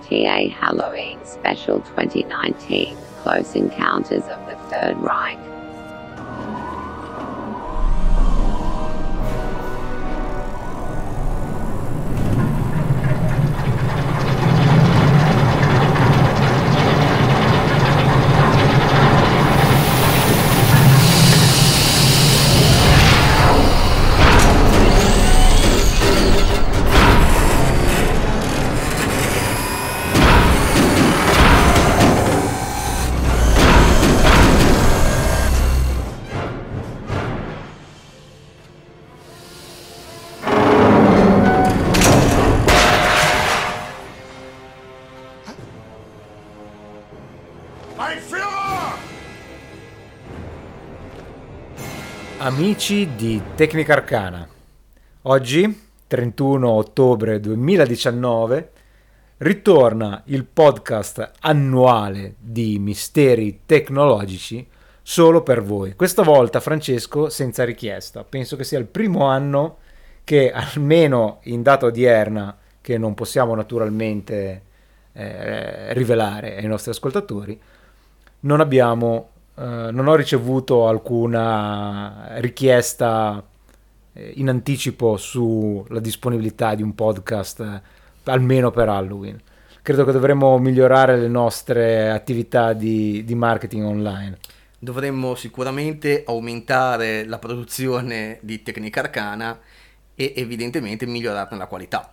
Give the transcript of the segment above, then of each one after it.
GTA Halloween Special 2019, Close Encounters of the Third Reich. Amici di Tecnica Arcana, oggi, 31 ottobre 2019, ritorna il podcast annuale di misteri tecnologici solo per voi. Questa volta, Francesco, senza richiesta. Penso che sia il primo anno che, almeno in data odierna, che non possiamo naturalmente rivelare ai nostri ascoltatori, non ho ricevuto alcuna richiesta in anticipo sulla disponibilità di un podcast almeno per Halloween. Credo che dovremmo migliorare le nostre attività di marketing online. Dovremmo sicuramente aumentare la produzione di Tecnica Arcana e evidentemente migliorarne la qualità.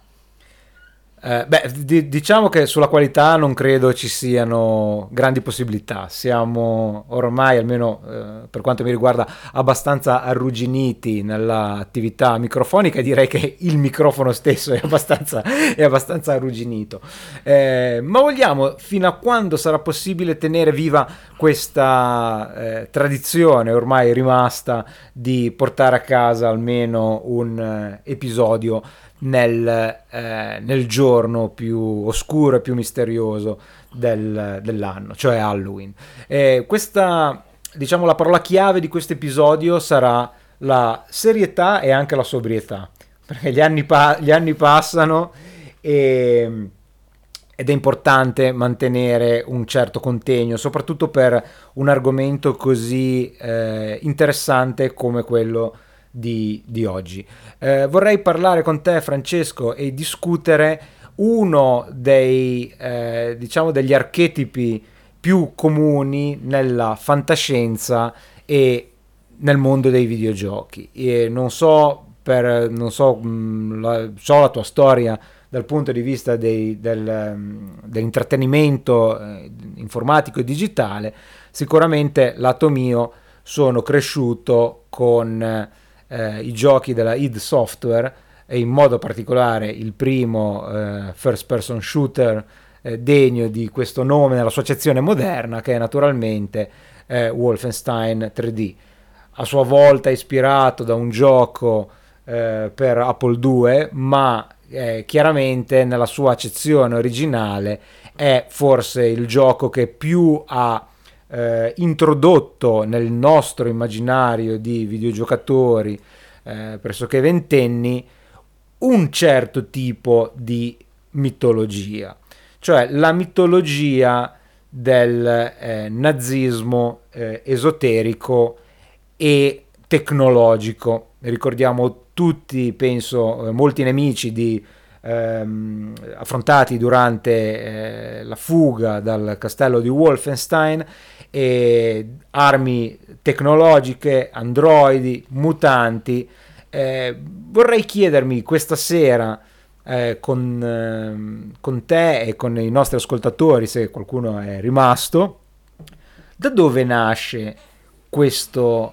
Diciamo che sulla qualità non credo ci siano grandi possibilità. Siamo ormai, almeno per quanto mi riguarda, abbastanza arrugginiti nell'attività microfonica, e direi che il microfono stesso è abbastanza arrugginito. Ma vogliamo, fino a quando sarà possibile, tenere viva questa tradizione ormai rimasta di portare a casa almeno un episodio nel giorno più oscuro e più misterioso dell'anno, cioè Halloween. Questa, diciamo, la parola chiave di questo episodio sarà la serietà e anche la sobrietà, perché gli anni passano ed è importante mantenere un certo contegno, soprattutto per un argomento così interessante come quello di oggi. Vorrei parlare con te, Francesco, e discutere uno degli archetipi più comuni nella fantascienza e nel mondo dei videogiochi. E so la tua storia dal punto di vista dell'intrattenimento informatico e digitale. Sicuramente, lato mio, sono cresciuto con i giochi della id Software, e in modo particolare il primo first person shooter degno di questo nome nella sua accezione moderna, che è naturalmente Wolfenstein 3D, a sua volta ispirato da un gioco per Apple II, ma chiaramente nella sua accezione originale è forse il gioco che più ha introdotto nel nostro immaginario di videogiocatori pressoché ventenni un certo tipo di mitologia, cioè la mitologia del nazismo esoterico e tecnologico. Ricordiamo tutti, penso, molti nemici affrontati durante la fuga dal castello di Wolfenstein, e armi tecnologiche, androidi, mutanti. Vorrei chiedermi questa sera con te e con i nostri ascoltatori, se qualcuno è rimasto, da dove nasce questo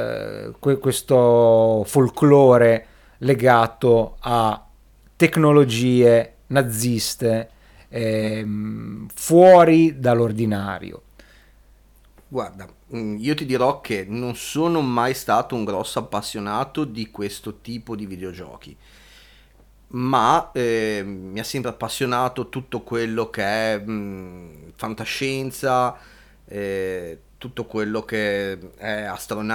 folklore legato a tecnologie naziste fuori dall'ordinario. Guarda, io ti dirò che non sono mai stato un grosso appassionato di questo tipo di videogiochi, ma mi ha sempre appassionato tutto quello che è fantascienza, tutto quello che è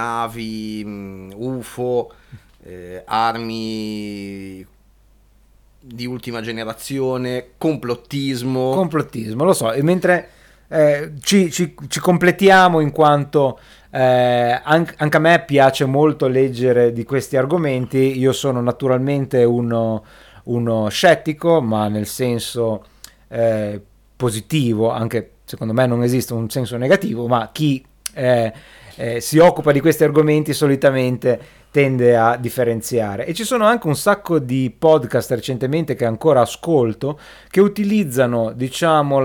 astronavi, UFO, armi di ultima generazione, complottismo. Complottismo, lo so, e mentre ci completiamo in quanto anche a me piace molto leggere di questi argomenti. Io sono naturalmente uno scettico, ma nel senso positivo, anche secondo me non esiste un senso negativo, ma chi si occupa di questi argomenti solitamente tende a differenziare. E ci sono anche un sacco di podcast recentemente che ancora ascolto che utilizzano, diciamo,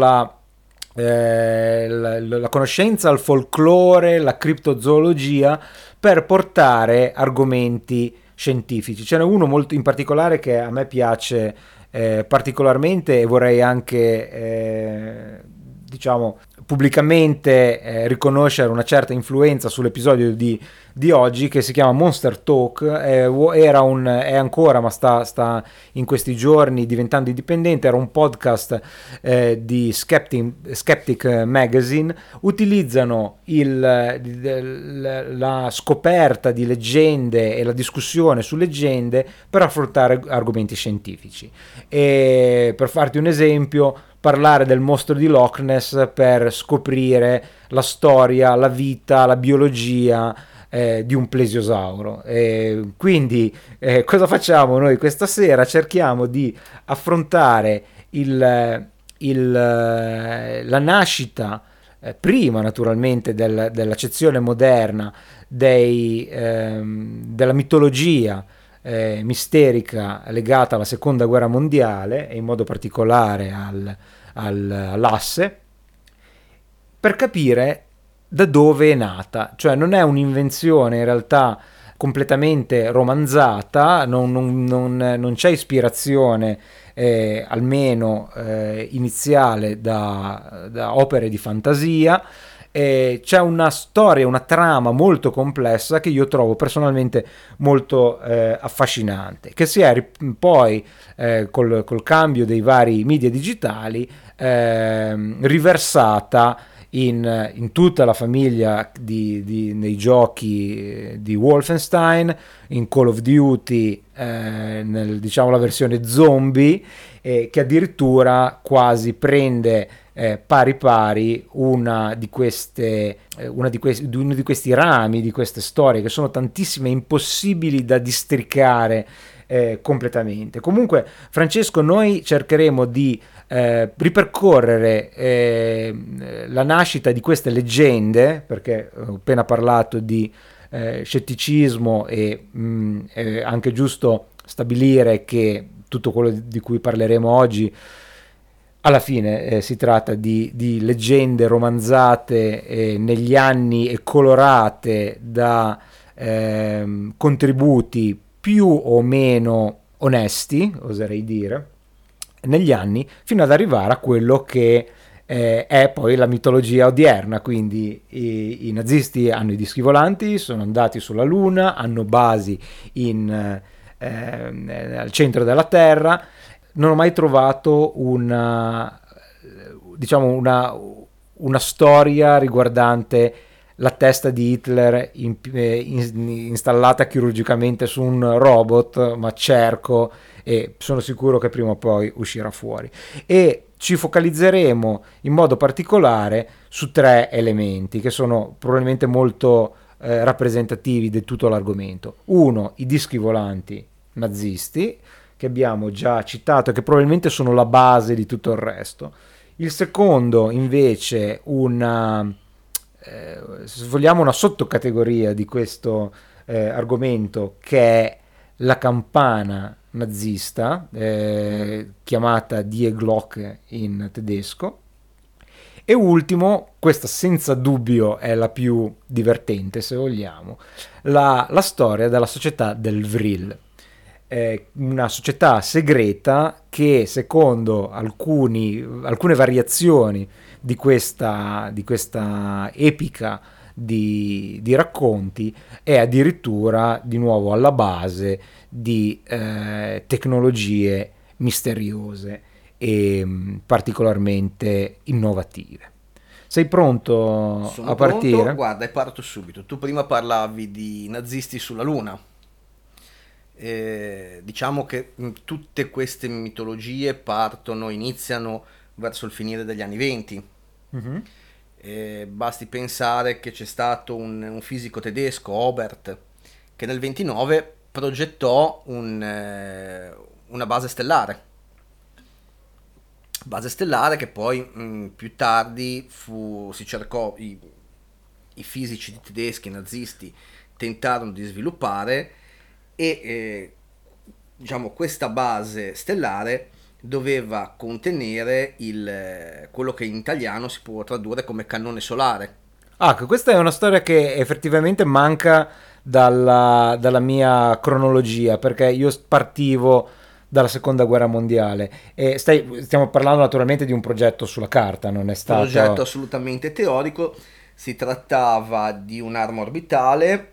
la conoscenza, il folklore, la criptozoologia per portare argomenti scientifici. Ce n'è uno molto in particolare che a me piace particolarmente, e vorrei anche diciamo pubblicamente riconoscere una certa influenza sull'episodio di oggi, che si chiama Monster Talk. È ancora, ma sta in questi giorni diventando indipendente. Era un podcast di Skeptic Magazine. Utilizzano la scoperta di leggende e la discussione su leggende per affrontare argomenti scientifici. E per farti un esempio, parlare del mostro di Loch Ness per scoprire la storia, la vita, la biologia di un plesiosauro. Quindi cosa facciamo noi questa sera? Cerchiamo di affrontare la nascita, prima naturalmente dell'accezione moderna della mitologia misterica legata alla seconda guerra mondiale, e in modo particolare all'asse, per capire da dove è nata. Cioè non è un'invenzione in realtà completamente romanzata, non c'è ispirazione almeno iniziale da opere di fantasia. C'è una storia, una trama molto complessa che io trovo personalmente molto affascinante, che si è poi col cambio dei vari media digitali riversata in tutta la famiglia nei giochi di Wolfenstein, in Call of Duty, diciamo la versione zombie, che addirittura quasi prende pari pari uno di questi rami, di queste storie, che sono tantissime, impossibili da districare completamente. Comunque, Francesco, noi cercheremo di ripercorrere la nascita di queste leggende, perché ho appena parlato di scetticismo e è anche giusto stabilire che tutto quello di cui parleremo oggi alla fine si tratta di leggende romanzate negli anni e colorate da contributi più o meno onesti, oserei dire, negli anni, fino ad arrivare a quello che è poi la mitologia odierna. Quindi i nazisti hanno i dischi volanti, sono andati sulla Luna, hanno basi al centro della Terra. Non ho mai trovato una storia riguardante la testa di Hitler installata chirurgicamente su un robot, ma cerco e sono sicuro che prima o poi uscirà fuori. E ci focalizzeremo in modo particolare su 3 elementi che sono probabilmente molto rappresentativi di tutto l'argomento. Uno, i dischi volanti nazisti, che abbiamo già citato e che probabilmente sono la base di tutto il resto. Il secondo invece se vogliamo una sottocategoria di questo argomento, che è la campana nazista, chiamata Die Glocke in tedesco. E ultimo, questa senza dubbio è la più divertente, se vogliamo, la storia della società del Vril. Una società segreta che, secondo alcune variazioni di questa epica di racconti, è addirittura di nuovo alla base di tecnologie misteriose e particolarmente innovative. Sei pronto a partire? Guarda, e parto subito. Tu prima parlavi di nazisti sulla Luna. Diciamo che tutte queste mitologie iniziano verso il finire degli anni 20. Mhm. Basti pensare che c'è stato un fisico tedesco, Obert, che nel 29 progettò una base stellare che poi più tardi si cercò, i fisici tedeschi nazisti tentarono di sviluppare e diciamo questa base stellare doveva contenere quello che in italiano si può tradurre come cannone solare. Ah, che questa è una storia che effettivamente manca dalla mia cronologia, perché io partivo dalla seconda guerra mondiale e stiamo parlando naturalmente di un progetto sulla carta, non è Progetto stato... assolutamente teorico, si trattava di un'arma orbitale,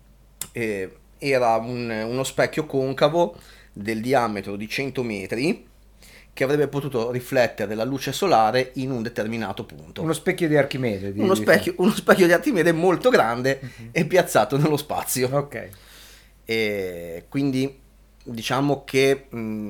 era uno specchio concavo del diametro di 100 metri che avrebbe potuto riflettere la luce solare in un determinato punto. Uno specchio di Archimede. Uno specchio di Archimede molto grande Mhm. e piazzato nello spazio. Ok. E quindi diciamo che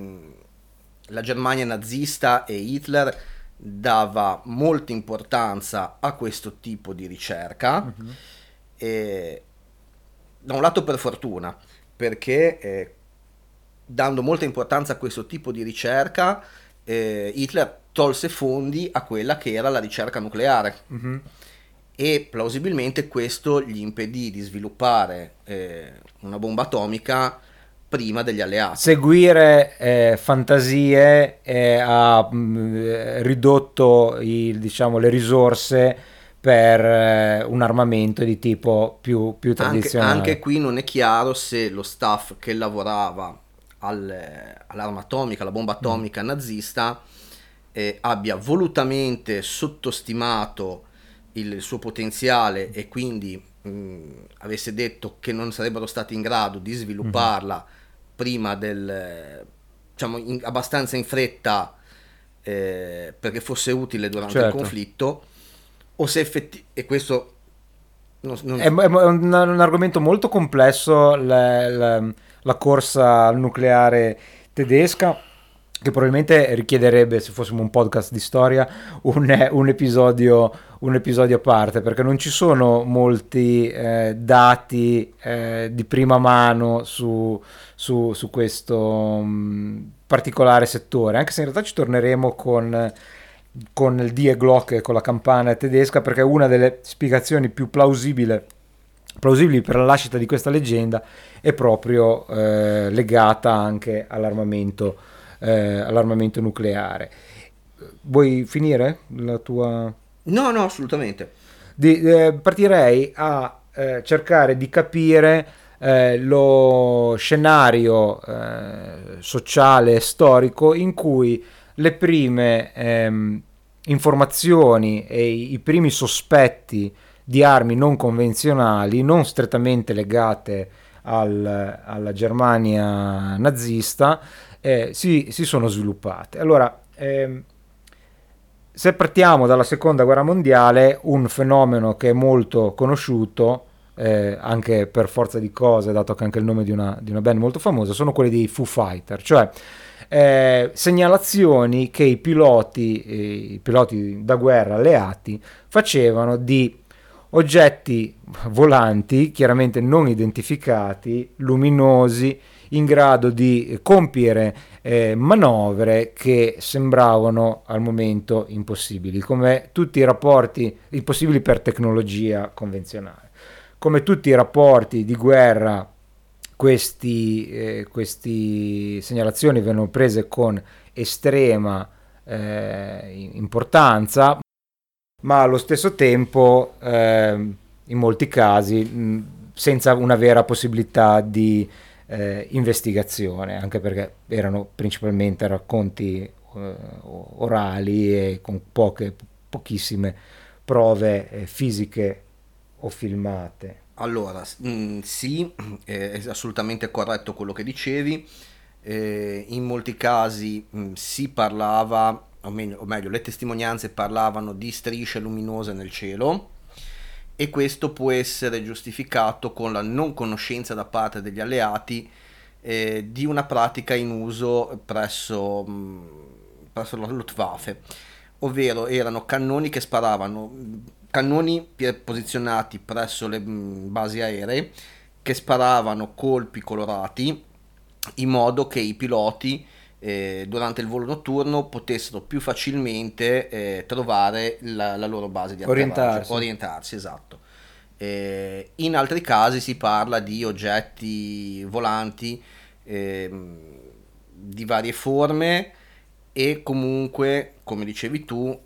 la Germania nazista e Hitler dava molta importanza a questo tipo di ricerca, Mhm. e, da un lato per fortuna, perché dando molta importanza a questo tipo di ricerca, Hitler tolse fondi a quella che era la ricerca nucleare Mhm. e plausibilmente questo gli impedì di sviluppare una bomba atomica prima degli alleati. Seguire fantasie ha ridotto diciamo, le risorse per un armamento di tipo più Anche tradizionale. qui non è chiaro se lo staff che lavorava all'arma atomica, alla bomba Mm. atomica nazista, abbia volutamente sottostimato il suo potenziale e quindi avesse detto che non sarebbero stati in grado di Mhm. svilupparla prima diciamo, abbastanza in fretta, perché fosse utile durante il Certo. conflitto, o se e questo È un argomento molto complesso la corsa al nucleare tedesca, che probabilmente richiederebbe, se fossimo un podcast di storia, un episodio a parte, perché non ci sono molti dati di prima mano su questo particolare settore, anche se in realtà ci torneremo con il Die Glock, con la campana tedesca, perché una delle spiegazioni più plausibili per la nascita di questa leggenda è proprio legata anche all'armamento nucleare. Vuoi finire la tua... No, no, assolutamente. Partirei a cercare di capire lo scenario sociale e storico in cui le prime informazioni e i primi sospetti di armi non convenzionali, non strettamente legate alla Germania nazista, si sono sviluppate. Allora, se partiamo dalla seconda guerra mondiale, un fenomeno che è molto conosciuto, anche per forza di cose, dato che è anche il nome di una band molto famosa, sono quelli dei Foo Fighter, cioè segnalazioni che i piloti da guerra alleati facevano di oggetti volanti, chiaramente non identificati, luminosi, in grado di compiere manovre che sembravano al momento impossibili, come tutti i rapporti impossibili per tecnologia convenzionale. Come tutti i rapporti di guerra, questi segnalazioni vengono prese con estrema importanza, ma allo stesso tempo, in molti casi, senza una vera possibilità di investigazione, anche perché erano principalmente racconti orali e con pochissime prove fisiche o filmate. Allora, sì, è assolutamente corretto quello che dicevi. In molti casi si parlava, o meglio, le testimonianze parlavano di strisce luminose nel cielo e questo può essere giustificato con la non conoscenza da parte degli alleati di una pratica in uso presso la Luftwaffe, ovvero erano cannoni che sparavano, cannoni posizionati presso le basi aeree che sparavano colpi colorati in modo che i piloti durante il volo notturno potessero più facilmente trovare la loro base di atterraggio, orientarsi, esatto. In altri casi si parla di oggetti volanti di varie forme e comunque, come dicevi tu,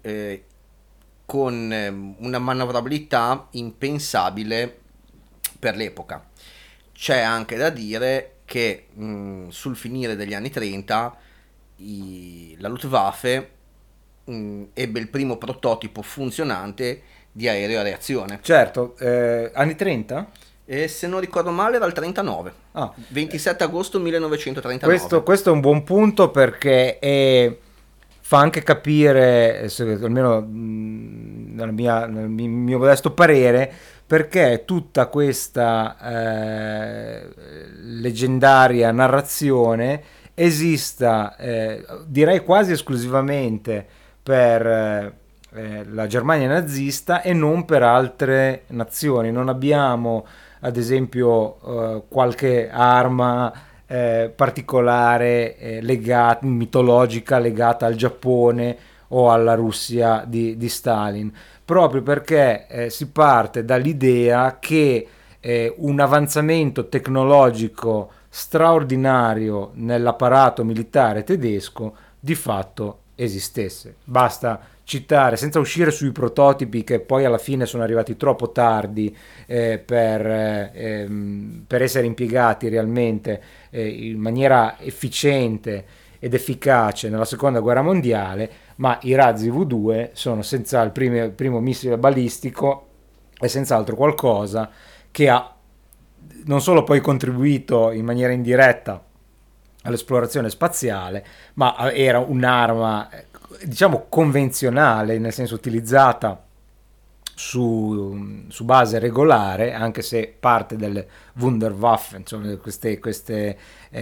con una manovrabilità impensabile per l'epoca. C'è anche da dire che sul finire degli anni 30 la Luftwaffe ebbe il primo prototipo funzionante di aereo a reazione. Certo, anni 30? E se non ricordo male era il 39, 27 agosto 1939. Questo è un buon punto perché fa anche capire, almeno nel mio modesto parere, perché tutta questa leggendaria narrazione esista, direi quasi esclusivamente per la Germania nazista e non per altre nazioni. Non abbiamo, ad esempio, qualche arma particolare mitologica legata al Giappone o alla Russia di Stalin, proprio perché si parte dall'idea che un avanzamento tecnologico straordinario nell'apparato militare tedesco di fatto esistesse. Basta citare, senza uscire sui prototipi che poi alla fine sono arrivati troppo tardi per essere impiegati realmente in maniera efficiente ed efficace nella seconda guerra mondiale, ma i razzi V2 sono il primo missile balistico e senz'altro qualcosa che ha non solo poi contribuito in maniera indiretta all'esplorazione spaziale, ma era un'arma, diciamo, convenzionale, nel senso utilizzata su base regolare, anche se parte delle Wunderwaffe, insomma, queste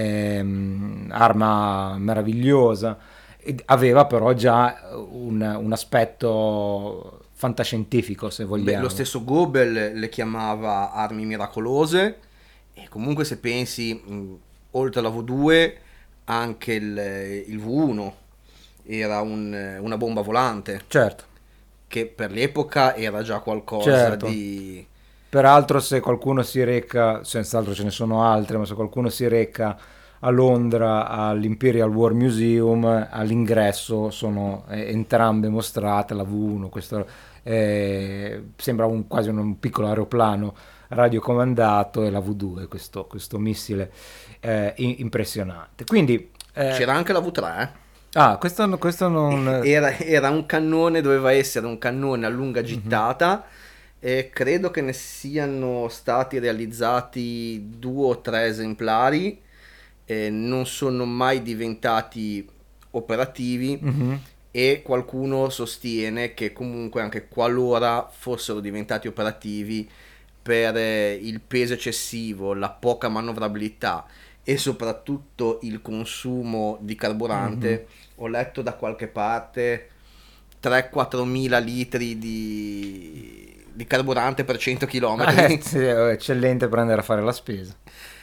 arma meravigliosa, aveva però già un aspetto fantascientifico, se vogliamo. Lo stesso Goebbels le chiamava armi miracolose, e comunque se pensi, oltre alla V2 anche il V1 era una bomba volante, certo, che per l'epoca era già qualcosa, certo, di... Peraltro, se qualcuno si reca, senz'altro ce ne sono altre, ma se qualcuno si reca a Londra all'Imperial War Museum, all'ingresso sono entrambe mostrate, la V1, questo sembra quasi un piccolo aeroplano radiocomandato, e la V2, questo missile impressionante. Quindi c'era anche la V3, questo non... Era un cannone, doveva essere un cannone a lunga gittata, e credo che ne siano stati realizzati 2 o 3 esemplari, non sono mai diventati operativi, e qualcuno sostiene che comunque anche qualora fossero diventati operativi, per il peso eccessivo, la poca manovrabilità e soprattutto il consumo di carburante, ho letto da qualche parte 3-4 mila litri di carburante per 100 km. Eccellente per andare a fare la spesa.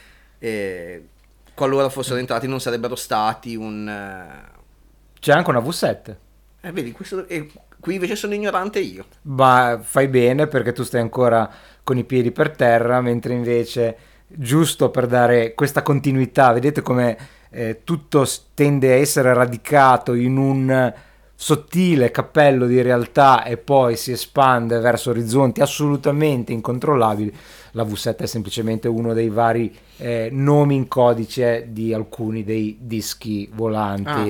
Qualora fossero entrati non sarebbero stati C'è anche una V7. Vedi, qui invece sono ignorante io. Ma fai bene, perché tu stai ancora con i piedi per terra, mentre invece, giusto per dare questa continuità, vedete come tutto tende a essere radicato in un sottile cappello di realtà e poi si espande verso orizzonti assolutamente incontrollabili. La V7 è semplicemente uno dei vari nomi in codice di alcuni dei dischi volanti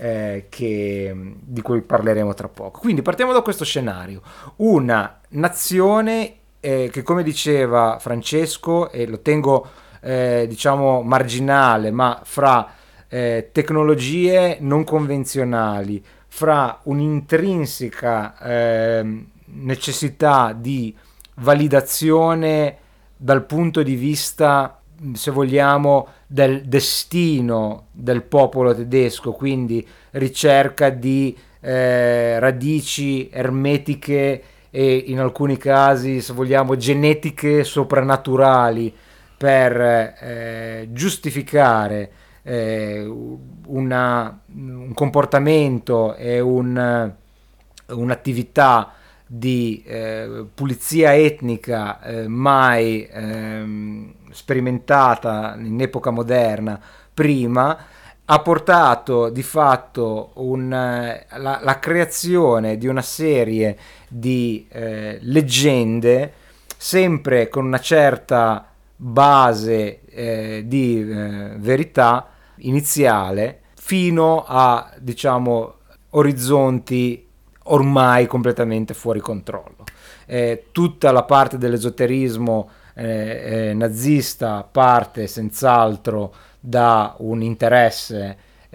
di cui parleremo tra poco. Quindi partiamo da questo scenario: una nazione che, come diceva Francesco, e lo tengo diciamo marginale, ma fra tecnologie non convenzionali, fra un'intrinseca necessità di validazione dal punto di vista se vogliamo, del destino del popolo tedesco, quindi ricerca di radici ermetiche e in alcuni casi, se vogliamo, genetiche soprannaturali per giustificare un comportamento e un'attività di pulizia etnica mai sperimentata in epoca moderna prima, ha portato di fatto la creazione di una serie di leggende, sempre con una certa base di verità iniziale, fino a, diciamo, orizzonti ormai completamente fuori controllo. Tutta la parte dell'esoterismo nazista parte senz'altro da un interesse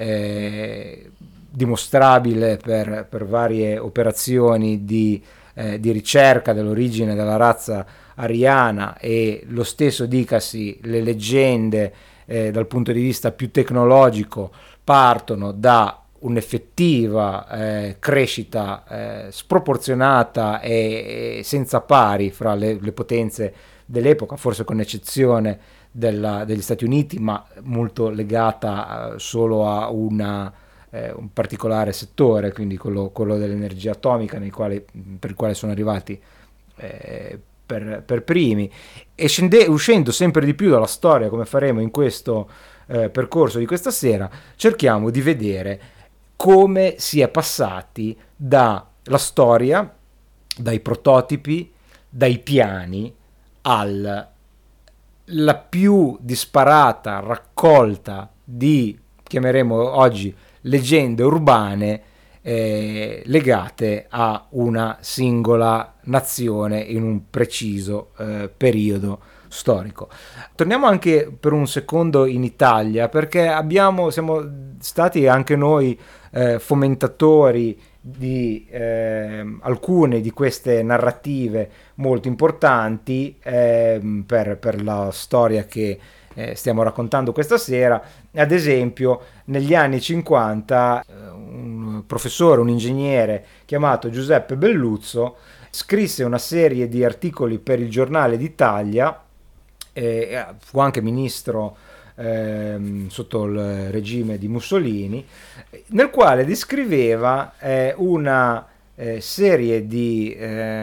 dimostrabile per varie operazioni di ricerca dell'origine della razza ariana, e lo stesso dicasi le leggende dal punto di vista più tecnologico partono da un'effettiva crescita sproporzionata e senza pari fra le potenze dell'epoca, forse con eccezione degli Stati Uniti, ma molto legata solo a un particolare settore, quindi quello dell'energia atomica, per il quale sono arrivati per primi, e uscendo sempre di più dalla storia, come faremo in questo percorso di questa sera, cerchiamo di vedere come si è passati dalla storia, dai prototipi, dai piani, alla più disparata raccolta di, chiameremo oggi, leggende urbane legate a una singola nazione in un preciso periodo storico. Torniamo anche per un secondo in Italia, perché siamo stati anche noi fomentatori di alcune di queste narrative molto importanti per la storia che stiamo raccontando questa sera. Ad esempio, negli anni 50 un professore, un ingegnere chiamato Giuseppe Belluzzo scrisse una serie di articoli per il Giornale d'Italia, fu anche ministro sotto il regime di Mussolini, nel quale descriveva una serie di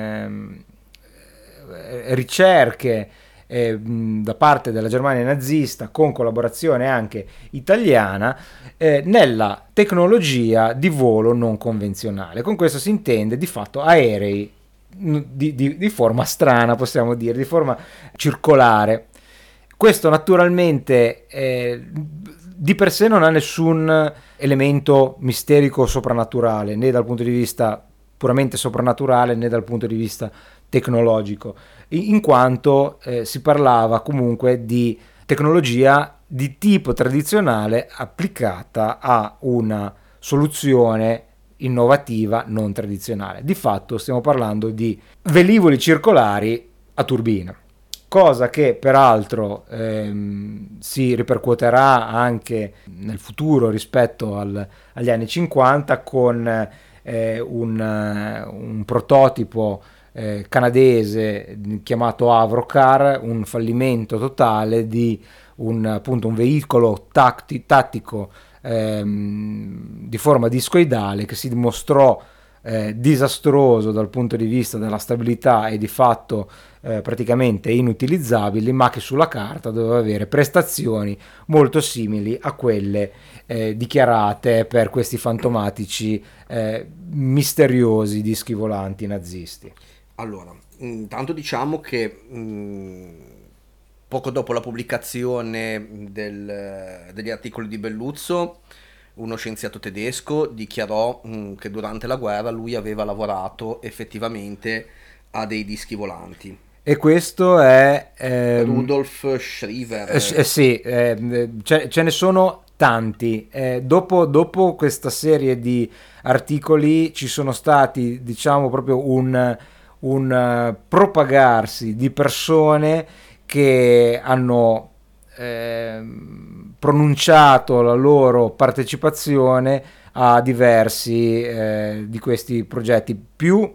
ricerche da parte della Germania nazista, con collaborazione anche italiana, nella tecnologia di volo non convenzionale. Con questo si intende di fatto aerei di forma strana, possiamo dire, di forma circolare. Questo naturalmente di per sé non ha nessun elemento misterico o soprannaturale, né dal punto di vista puramente soprannaturale né dal punto di vista tecnologico, in quanto si parlava comunque di tecnologia di tipo tradizionale applicata a una soluzione innovativa non tradizionale. Di fatto stiamo parlando di velivoli circolari a turbina, cosa che peraltro si ripercuoterà anche nel futuro rispetto agli anni 50 con un prototipo canadese chiamato Avrocar, un fallimento totale di un veicolo tattico di forma discoidale, che si dimostrò disastroso dal punto di vista della stabilità e di fatto praticamente inutilizzabili, ma che sulla carta doveva avere prestazioni molto simili a quelle dichiarate per questi fantomatici misteriosi dischi volanti nazisti. Allora, intanto diciamo che poco dopo la pubblicazione degli articoli di Belluzzo, uno scienziato tedesco dichiarò che durante la guerra lui aveva lavorato effettivamente a dei dischi volanti. E questo è Rudolf Schriever. Sì, ce ne sono tanti. Dopo questa serie di articoli ci sono stati, diciamo, proprio un propagarsi di persone che hanno pronunciato la loro partecipazione a diversi di questi progetti. Più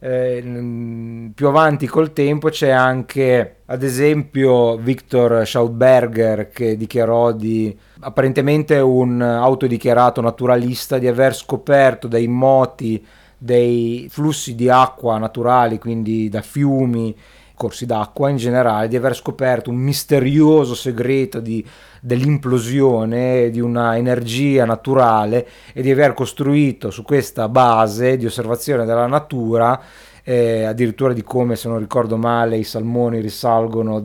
avanti col tempo c'è anche, ad esempio, Victor Schautberger, che dichiarò apparentemente un autodichiarato naturalista, di aver scoperto dei moti, dei flussi di acqua naturali, quindi da fiumi, corsi d'acqua in generale, di aver scoperto un misterioso segreto dell'implosione di una energia naturale, e di aver costruito su questa base di osservazione della natura, addirittura di come, se non ricordo male, i salmoni risalgono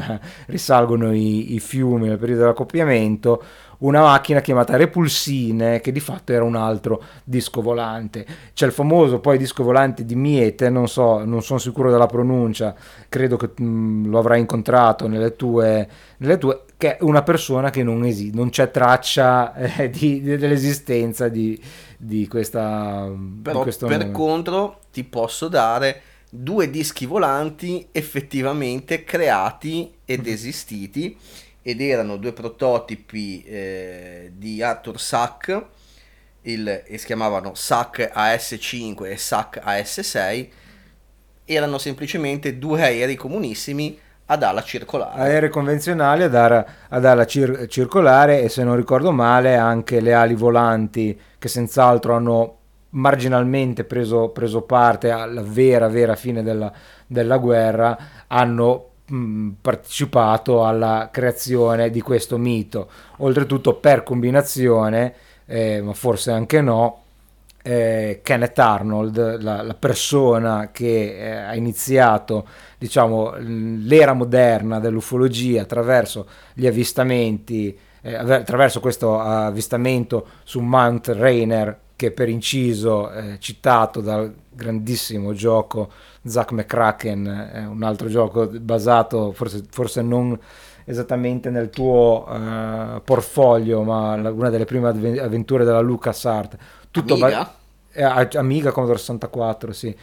i fiumi nel periodo dell'accoppiamento, una macchina chiamata Repulsine, che di fatto era un altro disco volante. C'è il famoso poi disco volante di Miete, non sono sicuro della pronuncia, credo che lo avrai incontrato nelle tue, che è una persona che non esiste, non c'è traccia dell'esistenza di questa, Però di questo per nome. contro ti posso dare 2 dischi volanti effettivamente creati ed esistiti, ed erano 2 prototipi di Arthur Sack, e si chiamavano Sack AS5 e Sack AS6. Erano semplicemente 2 aerei comunissimi ad ala circolare. Aerei convenzionali ad ala circolare, e se non ricordo male anche le ali volanti, che senz'altro hanno marginalmente preso parte alla vera fine della guerra, hanno partecipato alla creazione di questo mito, oltretutto per combinazione, ma forse anche no. Kenneth Arnold, la persona che ha iniziato, diciamo, l'era moderna dell'ufologia attraverso gli avvistamenti, attraverso questo avvistamento su Mount Rainier, che per inciso citato dal grandissimo gioco Zack McCracken, un altro gioco basato forse non esattamente nel tuo portfolio, ma una delle prime avventure della LucasArts, tutto Amiga? Amiga Commodore 64, sì,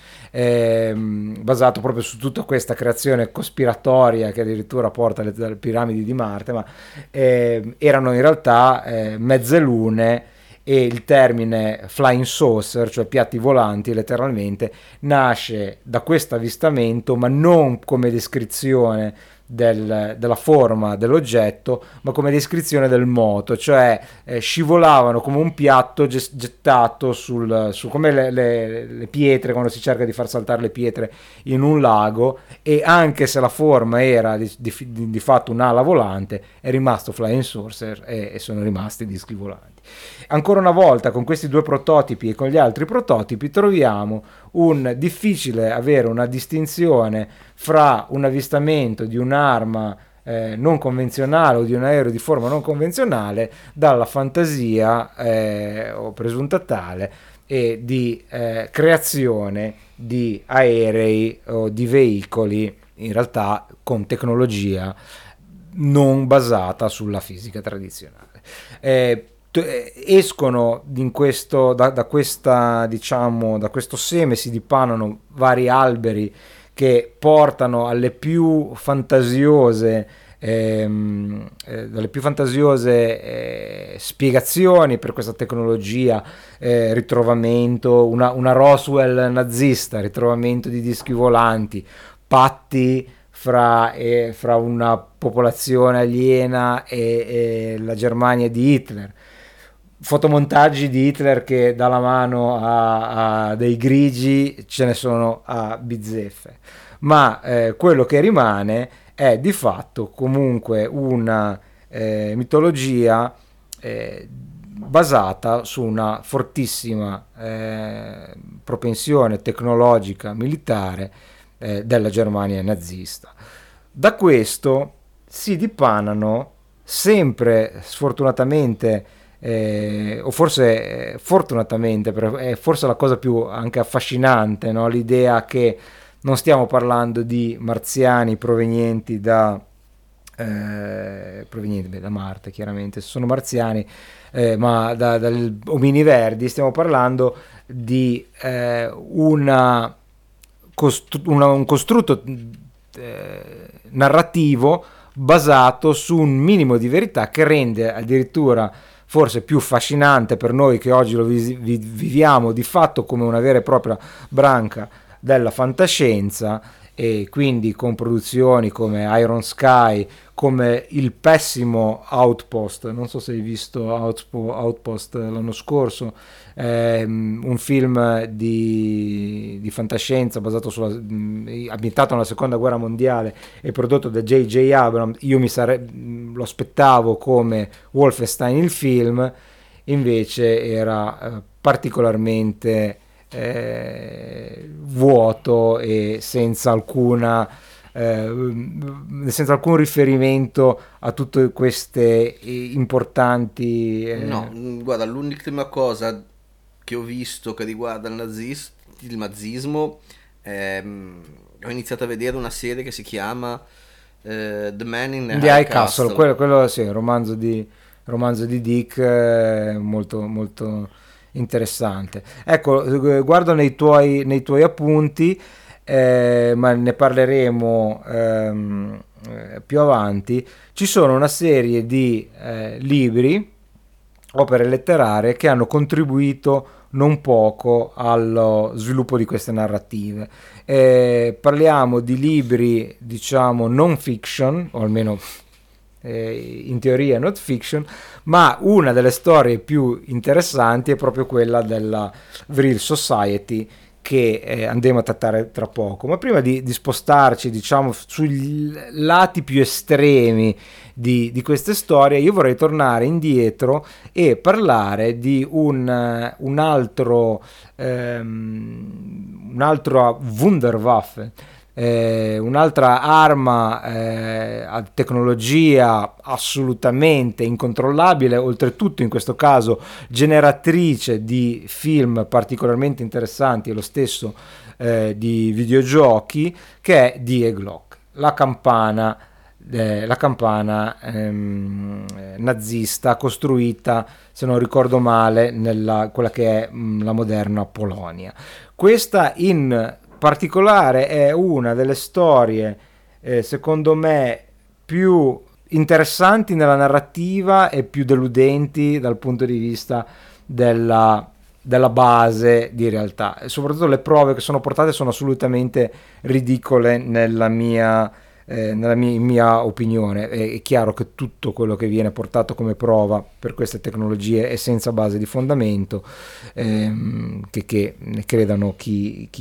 basato proprio su tutta questa creazione cospiratoria che addirittura porta alle piramidi di Marte, ma erano in realtà mezze lune. E il termine flying saucer, cioè piatti volanti, letteralmente nasce da questo avvistamento, ma non come descrizione della forma dell'oggetto, ma come descrizione del moto, cioè scivolavano come un piatto gettato come le pietre, quando si cerca di far saltare le pietre in un lago, e anche se la forma era di fatto un'ala volante, è rimasto flying saucer e sono rimasti dischi volanti. Ancora una volta, con questi 2 prototipi e con gli altri prototipi, troviamo un difficile avere una distinzione fra un avvistamento di un'arma non convenzionale o di un aereo di forma non convenzionale dalla fantasia o presunta tale, e di creazione di aerei o di veicoli in realtà con tecnologia non basata sulla fisica tradizionale. Escono da questa, diciamo, da questo seme si dipanano vari alberi che portano alle più fantasiose spiegazioni per questa tecnologia, ritrovamento, una Roswell nazista, ritrovamento di dischi volanti, patti fra una popolazione aliena e la Germania di Hitler, fotomontaggi di Hitler che dà la mano a dei grigi ce ne sono a bizzeffe, ma quello che rimane è di fatto comunque una mitologia basata su una fortissima propensione tecnologica militare della Germania nazista. Da questo si dipanano sempre, sfortunatamente, o forse fortunatamente, è forse la cosa più anche affascinante, no? L'idea che non stiamo parlando di marziani provenienti da Marte, chiaramente sono marziani, ma dal omini verdi, stiamo parlando di un costrutto narrativo basato su un minimo di verità che rende addirittura forse più affascinante per noi che oggi lo viviamo di fatto come una vera e propria branca della fantascienza, e quindi con produzioni come Iron Sky, come il pessimo Outpost. Non so se hai visto Outpost l'anno scorso, un film di fantascienza basato ambientato nella seconda guerra mondiale e prodotto da J.J. Abrams. Io lo aspettavo come Wolfenstein il film, invece era particolarmente vuoto e senza alcun riferimento a tutte queste importanti No, guarda, l'ultima cosa che ho visto che riguarda il nazismo, ho iniziato a vedere una serie che si chiama The Man in the High Castle. Quello sì, romanzo di Dick, molto molto interessante. Ecco, guardo nei tuoi appunti, ma ne parleremo più avanti. Ci sono una serie di libri, opere letterarie che hanno contribuito non poco allo sviluppo di queste narrative. Parliamo di libri, diciamo, non fiction, o almeno in teoria not fiction, ma una delle storie più interessanti è proprio quella della Vril Society, che andremo a trattare tra poco. Ma prima di spostarci, diciamo, sui lati più estremi di queste storie, io vorrei tornare indietro e parlare di un'altra Wunderwaffe, un'altra arma a tecnologia assolutamente incontrollabile, oltretutto in questo caso generatrice di film particolarmente interessanti e lo stesso di videogiochi, che è Die Glock, la campana nazista costruita, se non ricordo male, nella quella che è la moderna Polonia. Questa in particolare è una delle storie secondo me più interessanti nella narrativa e più deludenti dal punto di vista della base di realtà, e soprattutto le prove che sono portate sono assolutamente ridicole nella mia opinione. È chiaro che tutto quello che viene portato come prova per queste tecnologie è senza base di fondamento, che ne credano chi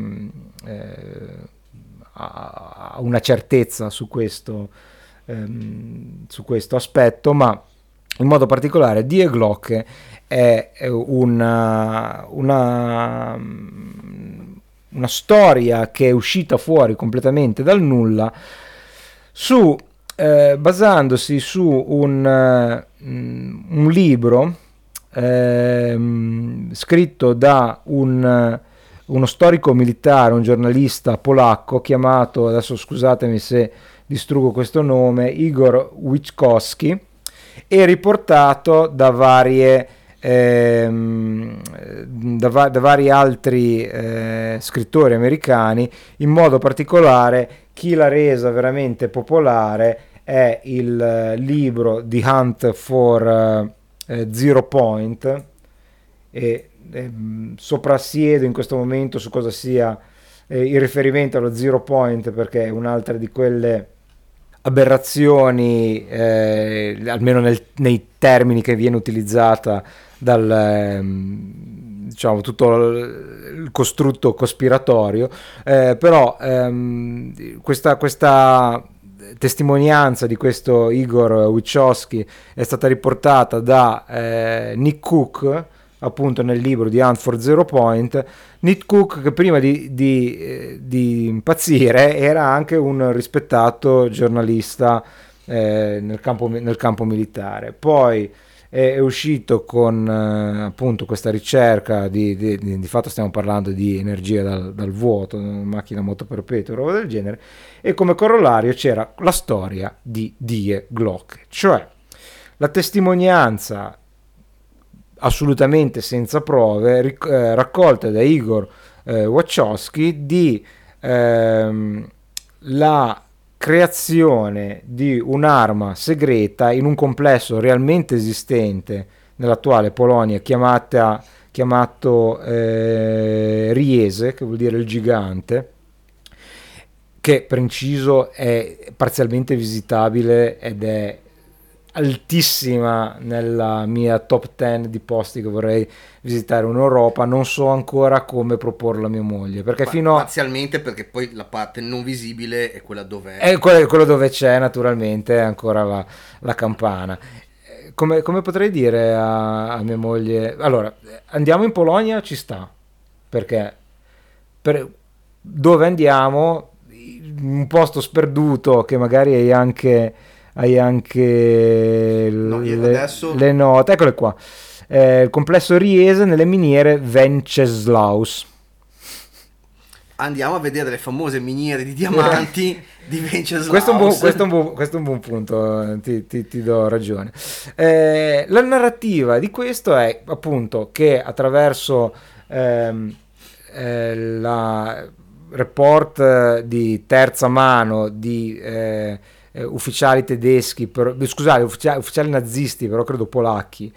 ha una certezza su questo aspetto. Ma in modo particolare Die Glocke è una storia che è uscita fuori completamente dal nulla, basandosi su un libro scritto da uno storico militare, un giornalista polacco chiamato, adesso scusatemi se distruggo questo nome, Igor Witkowski, e riportato da vari altri scrittori americani. In modo particolare, chi l'ha resa veramente popolare è il libro The Hunt for Zero Point, e soprassiedo in questo momento su cosa sia il riferimento allo Zero Point, perché è un'altra di quelle aberrazioni, almeno nei termini che viene utilizzata diciamo tutto il costrutto cospiratorio, però questa testimonianza di questo Igor Witkowski è stata riportata da Nick Cook, appunto, nel libro di Hunt for Zero Point. Nick Cook, che prima di impazzire era anche un rispettato giornalista nel campo militare. Poi è uscito con appunto questa ricerca di fatto stiamo parlando di energia dal vuoto, macchina moto perpetua, roba del genere, e come corollario c'era la storia di Die Glocke, cioè la testimonianza assolutamente senza prove raccolta da Igor Wachowski di la creazione di un'arma segreta in un complesso realmente esistente nell'attuale Polonia chiamato Riese, che vuol dire il gigante, che per inciso è parzialmente visitabile ed è altissima nella mia top 10 di posti che vorrei visitare in Europa. Non so ancora come proporlo a mia moglie, perché fino a Parzialmente, perché poi la parte non visibile è quella dove è quello dove c'è naturalmente ancora la campana. Come potrei dire a mia moglie? Allora, andiamo in Polonia, ci sta, perché dove andiamo, in un posto sperduto che magari hai anche No, io adesso le note, eccole qua. Il complesso Riese nelle miniere Wenceslaus. andiamo a vedere le famose miniere di diamanti di Wenceslaus. Questo è un buon punto, ti do ragione. La narrativa di questo è appunto che attraverso la report di terza mano di ufficiali tedeschi, scusate, ufficiali nazisti, però credo polacchi,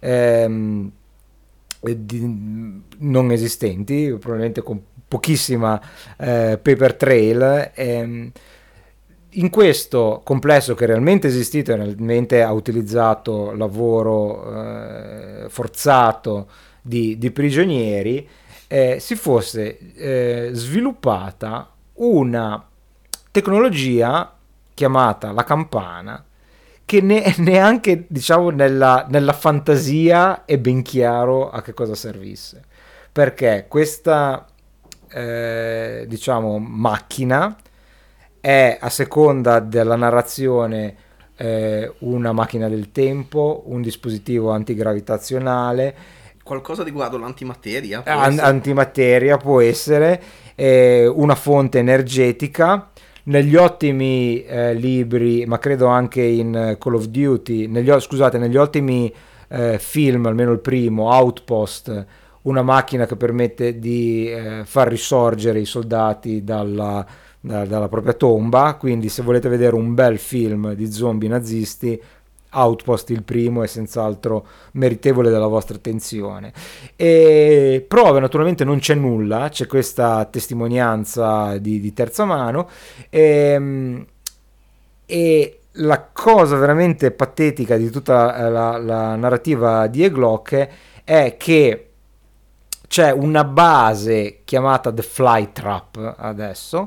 non esistenti, probabilmente con pochissima paper trail. In questo complesso che realmente è esistito e realmente ha utilizzato lavoro forzato di prigionieri, si fosse sviluppata una tecnologia chiamata la campana, che neanche diciamo nella fantasia è ben chiaro a che cosa servisse, perché questa diciamo macchina è, a seconda della narrazione, una macchina del tempo, un dispositivo antigravitazionale, Qualcosa riguardo l'antimateria? antimateria può essere, una fonte energetica. Negli ottimi libri, ma credo anche in Call of Duty, negli ottimi film, almeno il primo, Outpost, una macchina che permette di far risorgere i soldati dalla propria tomba. Quindi se volete vedere un bel film di zombie nazisti, Outpost il primo è senz'altro meritevole della vostra attenzione. E prove naturalmente non c'è nulla, c'è questa testimonianza di terza mano, e la cosa veramente patetica di tutta la narrativa di Eglock è che c'è una base chiamata The Fly Trap adesso,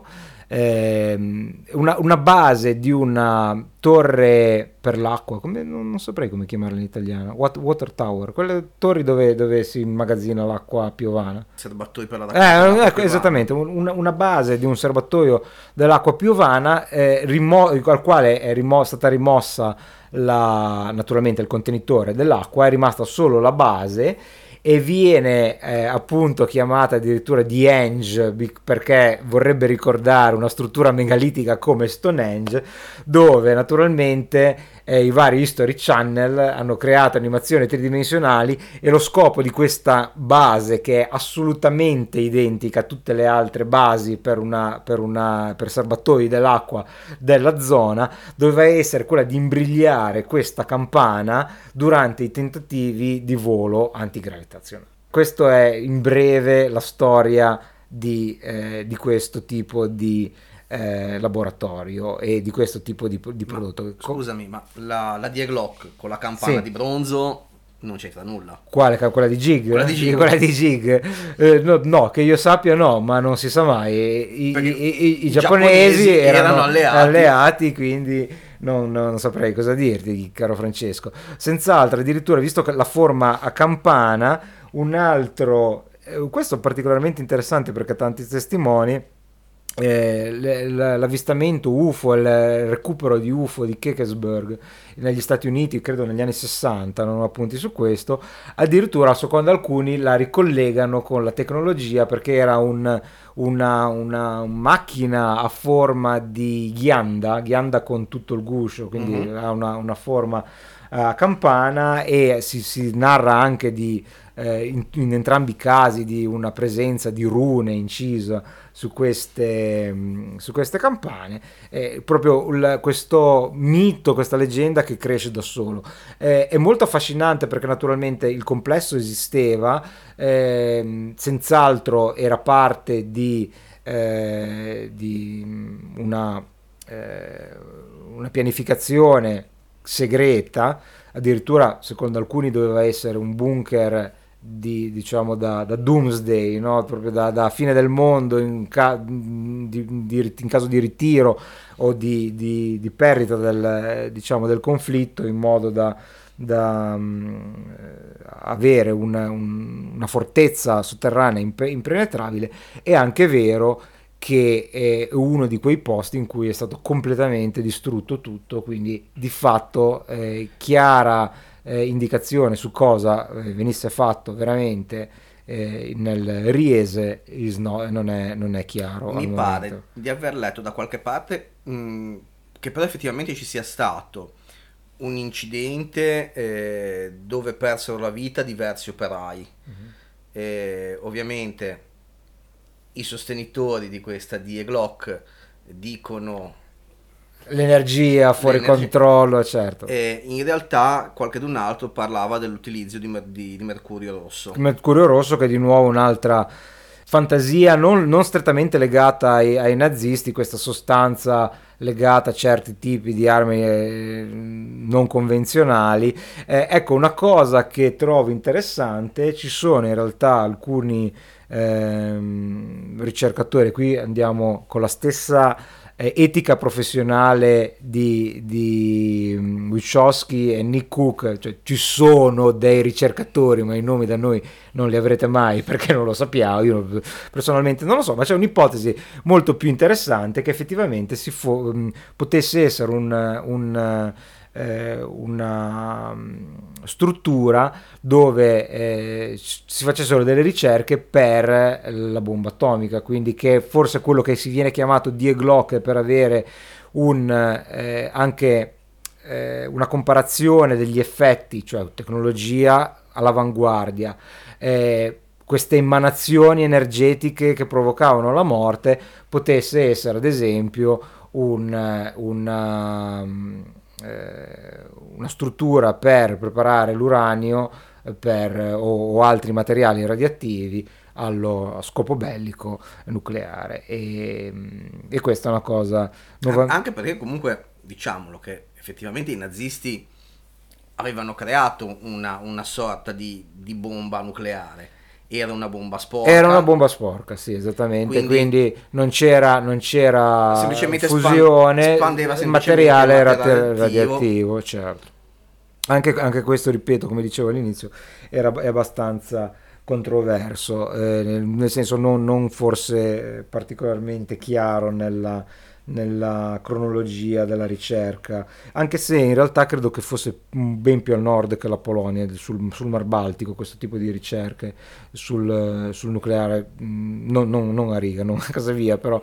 una base di una torre per l'acqua, non saprei come chiamarla in italiano, water tower, quelle torri dove si immagazzina l'acqua piovana. Serbatoi per la raccolta Ecco, esattamente, una base di un serbatoio dell'acqua piovana, al quale è stata rimossa naturalmente il contenitore dell'acqua, è rimasta solo la base, e viene appunto chiamata addirittura The Henge, perché vorrebbe ricordare una struttura megalitica come Stonehenge, dove naturalmente i vari History Channel hanno creato animazioni tridimensionali, e lo scopo di questa base, che è assolutamente identica a tutte le altre basi per serbatoi dell'acqua della zona, doveva essere quella di imbrigliare questa campana durante i tentativi di volo antigravitazionale. Questo è in breve la storia di questo tipo di laboratorio e di questo tipo di prodotto. Scusami, ma la Dieglock con la campana Sì. di bronzo non c'entra nulla. Quella di Jig? Quella di Jig. Quella di Jig. No, che io sappia no, ma non si sa mai. I giapponesi erano alleati, quindi non saprei cosa dirti, caro Francesco. Senz'altro, addirittura, visto che la forma a campana, un altro, questo è particolarmente interessante perché ha tanti testimoni. L'avvistamento UFO e il recupero di UFO di Kecksburg negli Stati Uniti, credo negli anni 60, non ho appunti su questo, addirittura secondo alcuni la ricollegano con la tecnologia, perché era una macchina a forma di ghianda con tutto il guscio, quindi ha una forma a campana, e si narra anche di in entrambi i casi di una presenza di rune incisa su queste campane, proprio questo mito, questa leggenda che cresce da solo. È molto affascinante perché naturalmente il complesso esisteva, senz'altro era parte di una pianificazione segreta, addirittura secondo alcuni doveva essere un bunker diciamo da Doomsday, no? Proprio da fine del mondo in caso di ritiro o di perdita diciamo, del conflitto, in modo da avere una fortezza sotterranea impenetrabile. È anche vero che è uno di quei posti in cui è stato completamente distrutto tutto, quindi di fatto chiara indicazione su cosa venisse fatto veramente nel Riese non è chiaro. Mi pare di aver letto da qualche parte che però effettivamente ci sia stato un incidente dove persero la vita diversi operai. Ovviamente i sostenitori di questa Die Glock dicono l'energia fuori controllo, certo. In realtà qualcun altro parlava dell'utilizzo di mercurio rosso. Mercurio rosso, che è di nuovo un'altra fantasia non strettamente legata ai nazisti, questa sostanza legata a certi tipi di armi non convenzionali. Ecco, una cosa che trovo interessante: ci sono in realtà alcuni ricercatori, qui andiamo con la stessa etica professionale di Wachowski e Nick Cook, cioè ci sono dei ricercatori, ma i nomi da noi non li avrete mai perché non lo sappiamo, io personalmente non lo so, ma c'è un'ipotesi molto più interessante, che effettivamente potesse essere una struttura dove si facessero delle ricerche per la bomba atomica, quindi che forse quello che si viene chiamato Die Glock, per avere anche una comparazione degli effetti, cioè tecnologia all'avanguardia, queste emanazioni energetiche che provocavano la morte, potesse essere ad esempio una struttura per preparare l'uranio o altri materiali radioattivi allo scopo bellico nucleare, e questa è una cosa nuova. Anche perché comunque diciamolo che effettivamente i nazisti avevano creato una sorta di bomba nucleare. Era una bomba sporca. Sì, esattamente. Quindi non c'era semplicemente fusione, il materiale era radioattivo, certo. Anche questo, ripeto, come dicevo all'inizio, è abbastanza controverso, nel senso non forse particolarmente chiaro nella cronologia della ricerca, anche se in realtà credo che fosse ben più al nord che la Polonia, sul Mar Baltico, questo tipo di ricerche sul nucleare, non a Riga, non a Casavia, però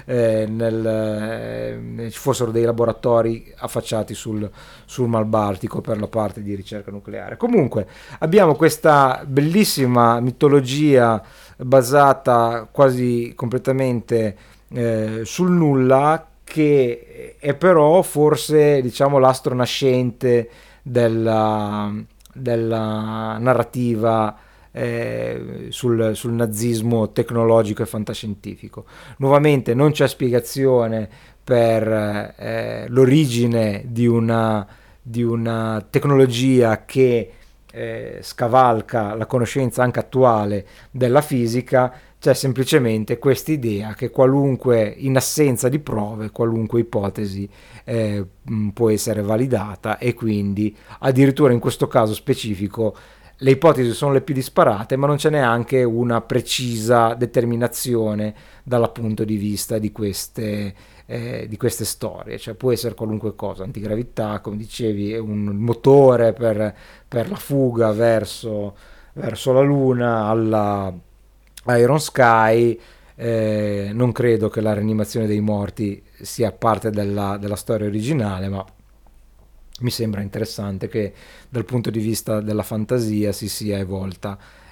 ci fossero dei laboratori affacciati sul Mar Baltico per la parte di ricerca nucleare. Comunque abbiamo questa bellissima mitologia basata quasi completamente sul nulla, che è però forse, diciamo, l'astro nascente della narrativa sul nazismo tecnologico e fantascientifico. Nuovamente non c'è spiegazione per l'origine di una tecnologia che scavalca la conoscenza anche attuale della fisica. C'è semplicemente questa idea che in assenza di prove, qualunque ipotesi può essere validata, e quindi addirittura in questo caso specifico le ipotesi sono le più disparate, ma non c'è neanche una precisa determinazione dal punto di vista di queste storie. Cioè può essere qualunque cosa: antigravità, come dicevi, è un motore per la fuga verso la Luna, alla Iron Sky. Non credo che la rianimazione dei morti sia parte della storia originale, ma mi sembra interessante che dal punto di vista della fantasia si sia evolta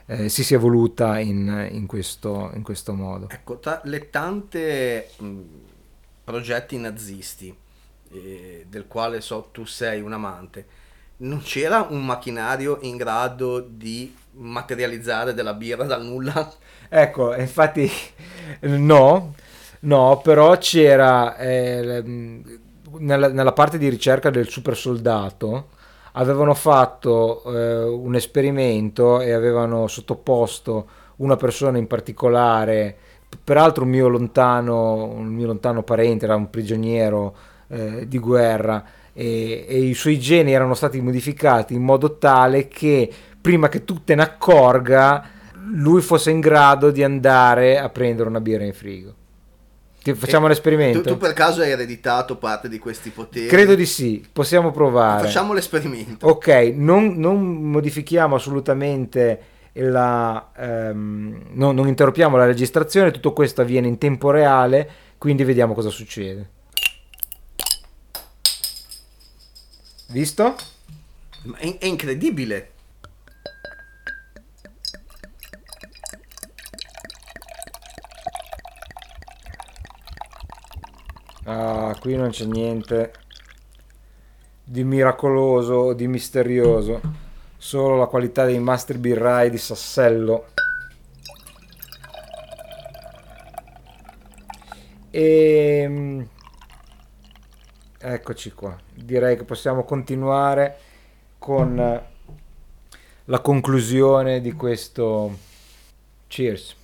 si sia evoluta in questo modo. Ecco, tra le tante progetti nazisti, del quale so tu sei un amante, non c'era un macchinario in grado di materializzare della birra dal nulla? Ecco, infatti no, no, però c'era nella parte di ricerca del super soldato avevano fatto un esperimento e avevano sottoposto una persona in particolare, peraltro un mio lontano parente, era un prigioniero di guerra e i suoi geni erano stati modificati in modo tale che prima che tu te ne accorga lui fosse in grado di andare a prendere una birra in frigo. Facciamo E l'esperimento? tu per caso hai ereditato parte di questi poteri? Credo di sì, possiamo provare. Facciamo l'esperimento. Ok, non modifichiamo assolutamente non interrompiamo la registrazione, tutto questo avviene in tempo reale, quindi vediamo cosa succede. Visto? Ma è incredibile. Ah, qui non c'è niente di miracoloso o di misterioso, solo la qualità dei mastri birrai di Sassello. E eccoci qua. Direi che possiamo continuare con la conclusione di questo. Cheers.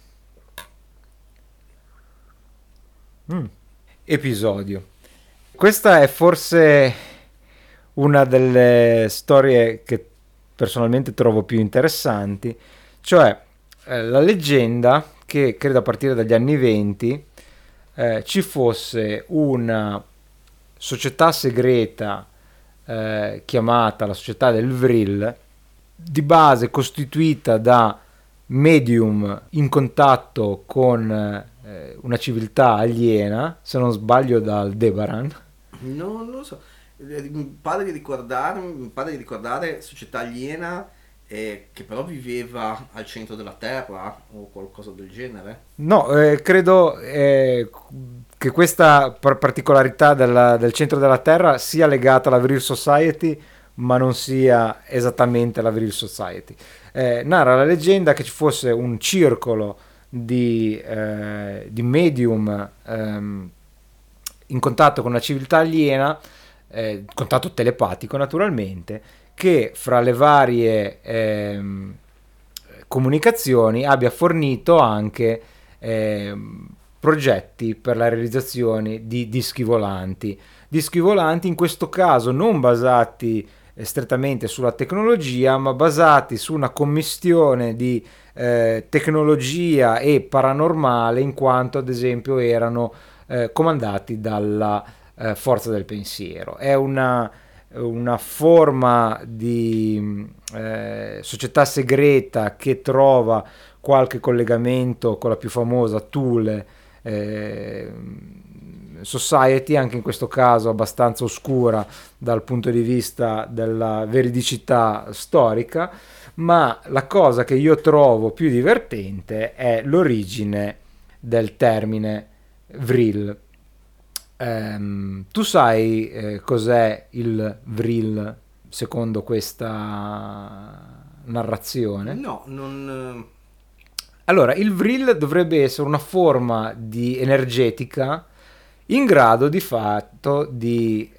Episodio. Questa è forse una delle storie che personalmente trovo più interessanti, cioè la leggenda che credo a partire dagli anni 20 ci fosse una società segreta chiamata la società del Vril, di base costituita da medium in contatto con una civiltà aliena, se non sbaglio da Aldebaran. Non lo so. Mi pare di ricordare società aliena che però viveva al centro della Terra o qualcosa del genere. No, credo che questa particolarità del centro della Terra sia legata alla Vril Society, ma non sia esattamente la Vril Society. Narra la leggenda che ci fosse un circolo di medium in contatto con una civiltà aliena, contatto telepatico naturalmente, che fra le varie comunicazioni abbia fornito anche progetti per la realizzazione di dischi volanti in questo caso non basati strettamente sulla tecnologia, ma basati su una commistione di tecnologia e paranormale, in quanto ad esempio erano comandati dalla forza del pensiero. È una forma di società segreta che trova qualche collegamento con la più famosa Thule Society, anche in questo caso abbastanza oscura dal punto di vista della veridicità storica, ma la cosa che io trovo più divertente è l'origine del termine Vril. Tu sai cos'è il Vril secondo questa narrazione? No, non... Allora, il Vril dovrebbe essere una forma di energetica in grado di fatto di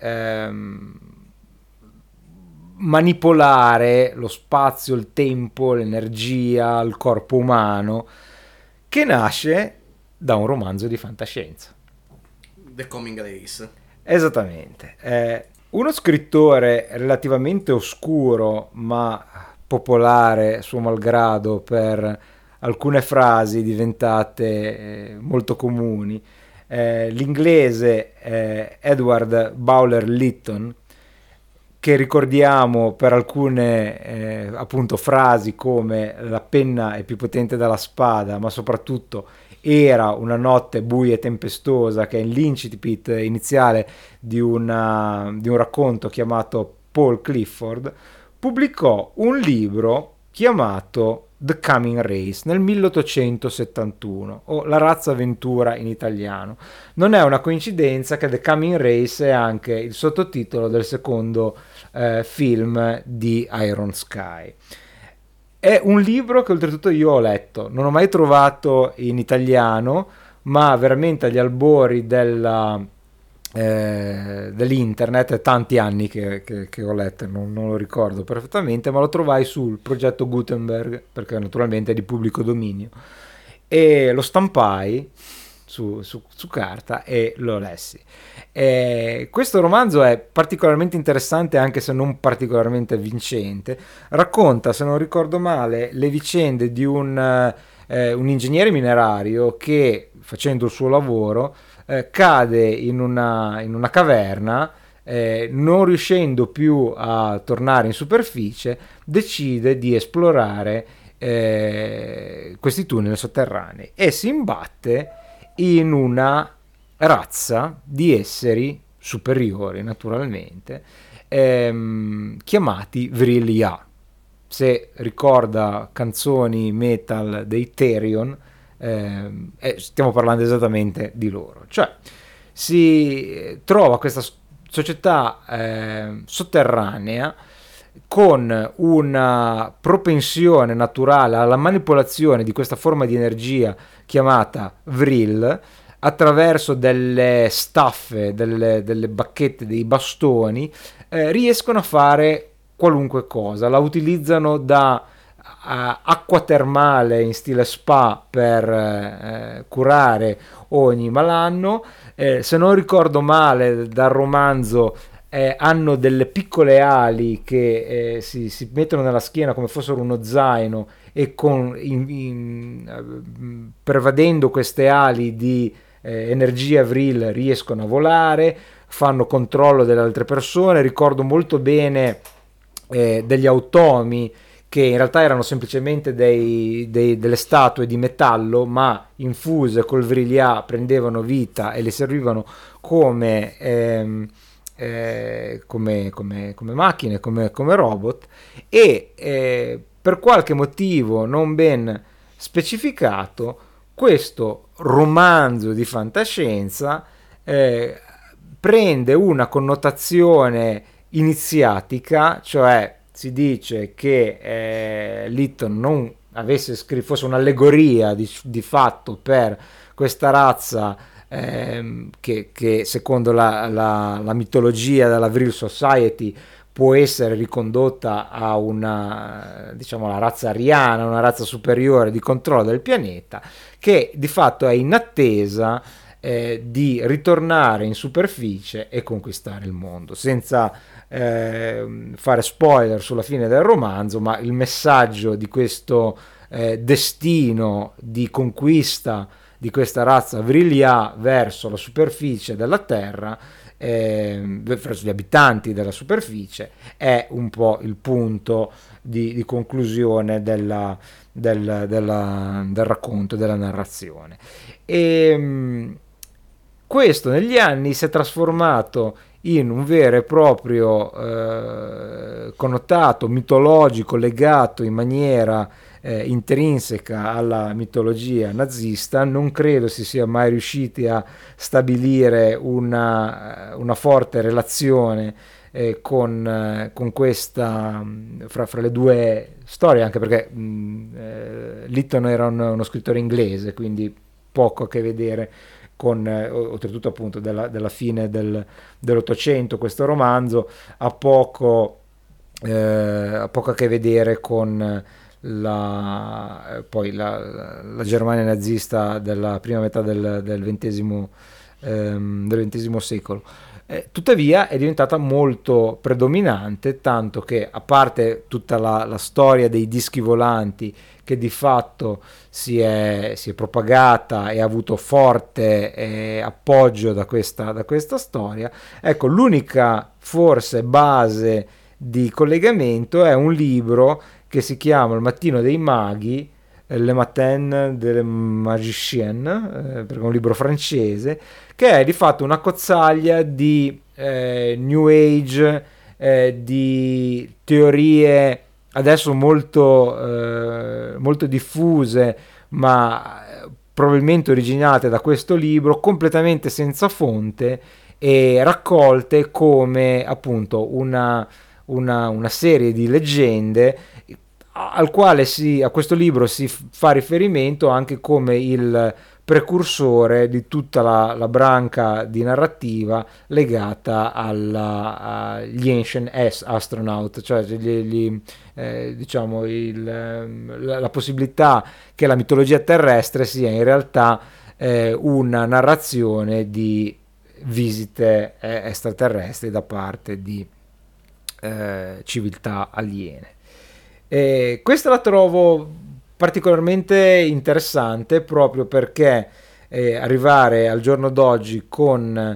manipolare lo spazio, il tempo, l'energia, il corpo umano, che nasce da un romanzo di fantascienza. The Coming Race. Esattamente. Uno scrittore relativamente oscuro ma popolare suo malgrado per alcune frasi diventate molto comuni, l'inglese Edward Bowler Lytton, che ricordiamo per alcune appunto frasi come la penna è più potente della spada, ma soprattutto era una notte buia e tempestosa, che è l'incipit iniziale di un racconto chiamato Paul Clifford, pubblicò un libro chiamato The Coming Race nel 1871, o La razza ventura in italiano. Non è una coincidenza che The Coming Race è anche il sottotitolo del secondo film di Iron Sky. È un libro che oltretutto io ho letto, non ho mai trovato in italiano, ma veramente agli albori dell'internet, è tanti anni che ho letto, non lo ricordo perfettamente, ma lo trovai sul progetto Gutenberg, perché naturalmente è di pubblico dominio, e lo stampai su carta e lo lessi. Questo romanzo è particolarmente interessante, anche se non particolarmente vincente. Racconta, se non ricordo male, le vicende di un ingegnere minerario che, facendo il suo lavoro, cade in una caverna, non riuscendo più a tornare in superficie, decide di esplorare questi tunnel sotterranei e si imbatte in una razza di esseri superiori, naturalmente, chiamati Vril-Ya. Se ricorda canzoni metal dei Therion, stiamo parlando esattamente di loro. Cioè, si trova questa società sotterranea con una propensione naturale alla manipolazione di questa forma di energia chiamata Vril, attraverso delle staffe, delle bacchette, dei bastoni, riescono a fare qualunque cosa. La utilizzano da acqua termale in stile spa per curare ogni malanno. Se non ricordo male dal romanzo, hanno delle piccole ali che si mettono nella schiena come fossero uno zaino, e pervadendo queste ali di energia Vril riescono a volare, fanno controllo delle altre persone. Ricordo molto bene degli automi che in realtà erano semplicemente delle statue di metallo, ma infuse col Vril-Ya prendevano vita e le servivano come macchine, come robot, e per qualche motivo non ben specificato, questo romanzo di fantascienza prende una connotazione iniziatica, cioè si dice che Lytton non avesse scritto, fosse un'allegoria di fatto per questa razza che secondo la mitologia della Vril Society può essere ricondotta a una, diciamo, la razza ariana, una razza superiore di controllo del pianeta, che di fatto è in attesa di ritornare in superficie e conquistare il mondo. Senza fare spoiler sulla fine del romanzo, ma il messaggio di questo destino di conquista di questa razza Vril-Ya verso la superficie della Terra, verso gli abitanti della superficie, è un po' il punto di conclusione del racconto, della narrazione. E questo negli anni si è trasformato in un vero e proprio connotato mitologico legato in maniera intrinseca alla mitologia nazista. Non credo si sia mai riusciti a stabilire una forte relazione con questa fra le due storie, anche perché Lytton era uno scrittore inglese, quindi poco a che vedere con, oltretutto appunto della fine dell'Ottocento. Questo romanzo ha poco a che vedere con la Germania nazista della prima metà del XX secolo. Tuttavia è diventata molto predominante, tanto che, a parte tutta la storia dei dischi volanti che di fatto si è propagata e ha avuto forte appoggio da questa storia, ecco, l'unica forse base di collegamento è un libro che si chiama Il mattino dei maghi, Le Matin des Magiciens, perché è un libro francese, che è di fatto una cozzaglia di New Age, di teorie adesso molto diffuse, ma probabilmente originate da questo libro, completamente senza fonte e raccolte come appunto una serie di leggende a questo libro si fa riferimento anche come il precursore di tutta la branca di narrativa legata agli Ancient Astronaut, cioè diciamo la possibilità che la mitologia terrestre sia in realtà una narrazione di visite extraterrestri da parte di civiltà aliene. Questa la trovo particolarmente interessante proprio perché arrivare al giorno d'oggi con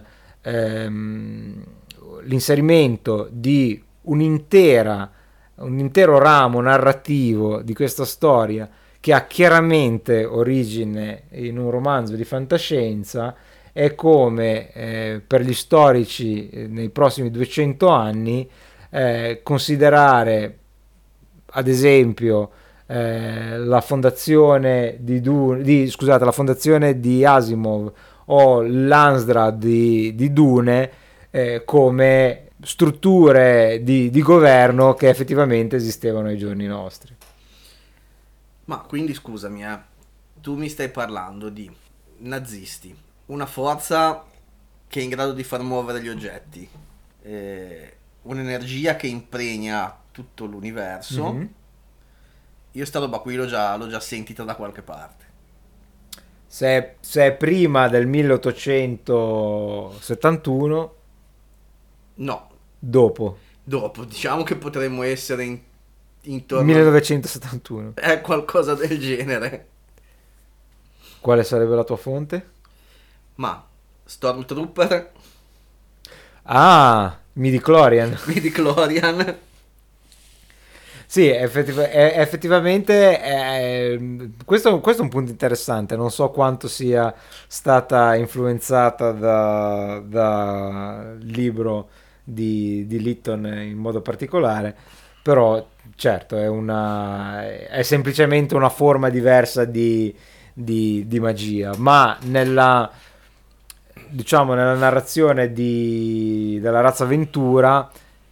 l'inserimento di un intero ramo narrativo di questa storia che ha chiaramente origine in un romanzo di fantascienza è come per gli storici nei prossimi 200 anni considerare ad esempio la fondazione la fondazione di Asimov o l'Anstra di Dune come strutture di governo che effettivamente esistevano ai giorni nostri. Ma quindi scusami, tu mi stai parlando di nazisti, una forza che è in grado di far muovere gli oggetti, un'energia che impregna tutto l'universo. Mm-hmm. Io sta roba qui l'ho già sentita da qualche parte. Se è prima del 1871, No, dopo diciamo che potremmo essere intorno 1971. È qualcosa del genere. Quale sarebbe la tua fonte? Ma Stormtrooper, Midi-chlorian. Midichlorian. Sì, effettivamente questo è un punto interessante. Non so quanto sia stata influenzata dal libro di Lytton in modo particolare, però certo è semplicemente una forma diversa di magia, ma diciamo, nella narrazione della razza Ventura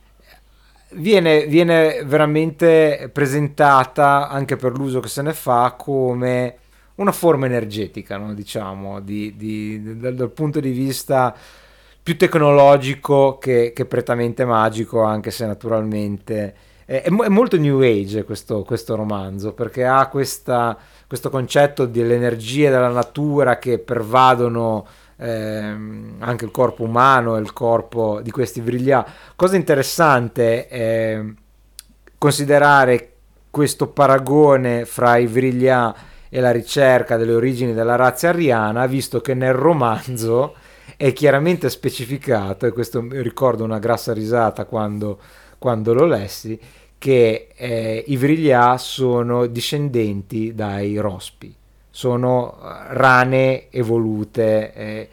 viene veramente presentata, anche per l'uso che se ne fa, come una forma energetica, no? Diciamo, dal punto di vista più tecnologico che prettamente magico, anche se naturalmente è molto New Age questo romanzo, perché ha questo concetto delle energie della natura che pervadono anche il corpo umano e il corpo di questi Vrillià. Cosa interessante è considerare questo paragone fra i Vrillià e la ricerca delle origini della razza ariana, visto che nel romanzo è chiaramente specificato, e questo mi ricordo una grassa risata quando lo lessi, che i Vrillià sono discendenti dai Rospi, sono rane evolute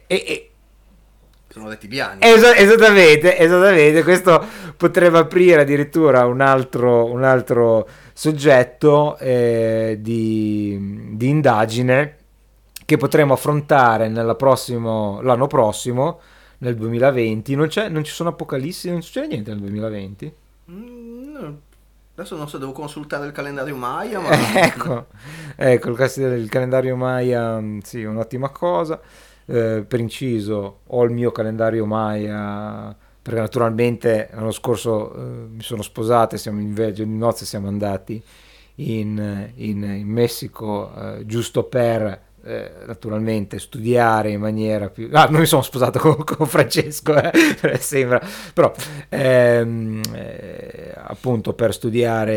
Sono rettiliani. esattamente, questo potrebbe aprire addirittura un altro soggetto di indagine che potremo affrontare l'anno prossimo, nel 2020. Non ci sono apocalissi, non succede niente nel 2020. No. Adesso non so, devo consultare il calendario Maya, ma ecco, il calendario Maya, sì, è un'ottima cosa. Per inciso, ho il mio calendario Maya, perché naturalmente l'anno scorso mi sono sposato e siamo in viaggio di nozze, siamo andati in Messico, giusto per naturalmente studiare in maniera più... non mi sono sposato con Francesco, sembra, però appunto per studiare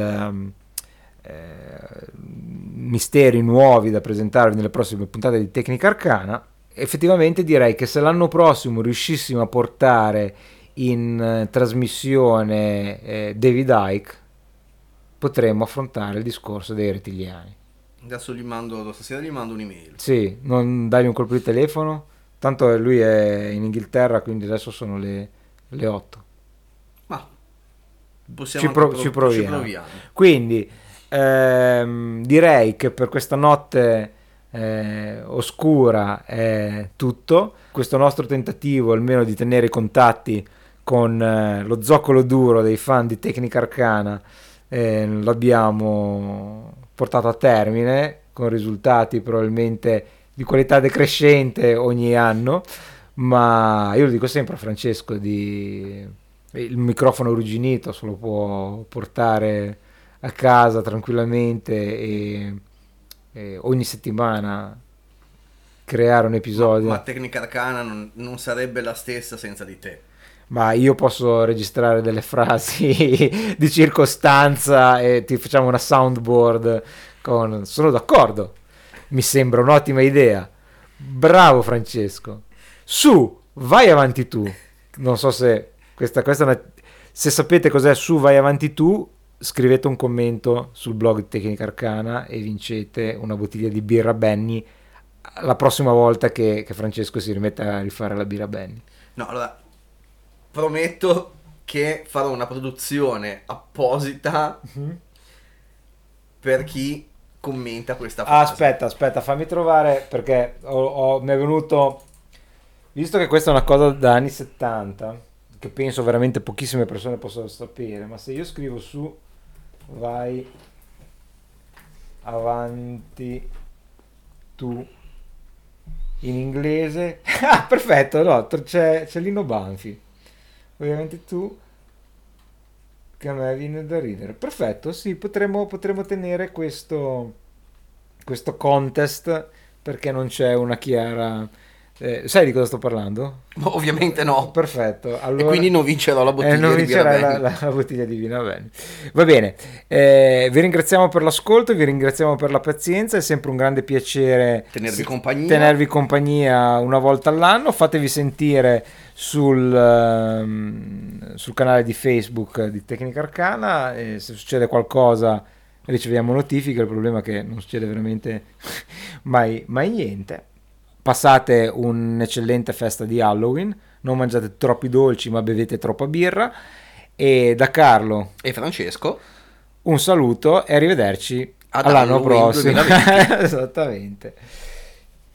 misteri nuovi da presentare nelle prossime puntate di Tecnica Arcana. Effettivamente direi che se l'anno prossimo riuscissimo a portare in trasmissione David Icke, potremmo affrontare il discorso dei rettiliani. adesso stasera gli mando un'email. Sì, non dargli un colpo di telefono, tanto lui è in Inghilterra, quindi adesso sono le 8. Ma Possiamo ci proviamo. Quindi direi che per questa notte oscura è tutto. Questo nostro tentativo almeno di tenere i contatti con lo zoccolo duro dei fan di Tecnica Arcana l'abbiamo portato a termine con risultati probabilmente di qualità decrescente ogni anno, ma io lo dico sempre a Francesco, il microfono arrugginito se lo può portare a casa tranquillamente e ogni settimana creare un episodio. Ma Tecnica Arcana non sarebbe la stessa senza di te. Ma io posso registrare delle frasi di circostanza e ti facciamo una soundboard sono d'accordo, mi sembra un'ottima idea, bravo Francesco, vai avanti tu. Non so se questa è se sapete cos'è vai avanti tu, scrivete un commento sul blog di Tecnica Arcana e vincete una bottiglia di birra Benny la prossima volta che Francesco si rimette a rifare la birra Benny. No, allora prometto che farò una produzione apposita per chi commenta questa frase. Aspetta, fammi trovare, perché mi è venuto, visto che questa è una cosa da anni 70 che penso veramente pochissime persone possono sapere, ma se io scrivo vai avanti tu in inglese perfetto, no, c'è Lino Banfi, ovviamente tu, che a me viene da ridere. Perfetto, sì, potremmo tenere questo contest, perché non c'è una chiara sai di cosa sto parlando? Ovviamente no. Perfetto, allora, e quindi non vincerò la bottiglia non di vincerai la bottiglia di vino Benny. Va bene, vi ringraziamo per l'ascolto, vi ringraziamo per la pazienza, è sempre un grande piacere tenervi compagnia una volta all'anno. Fatevi sentire sul canale di Facebook di Tecnica Arcana, e se succede qualcosa riceviamo notifiche. Il problema è che non succede veramente mai niente. Passate un'eccellente festa di Halloween, non mangiate troppi dolci ma bevete troppa birra, e da Carlo e Francesco un saluto e arrivederci all'anno prossimo. Esattamente.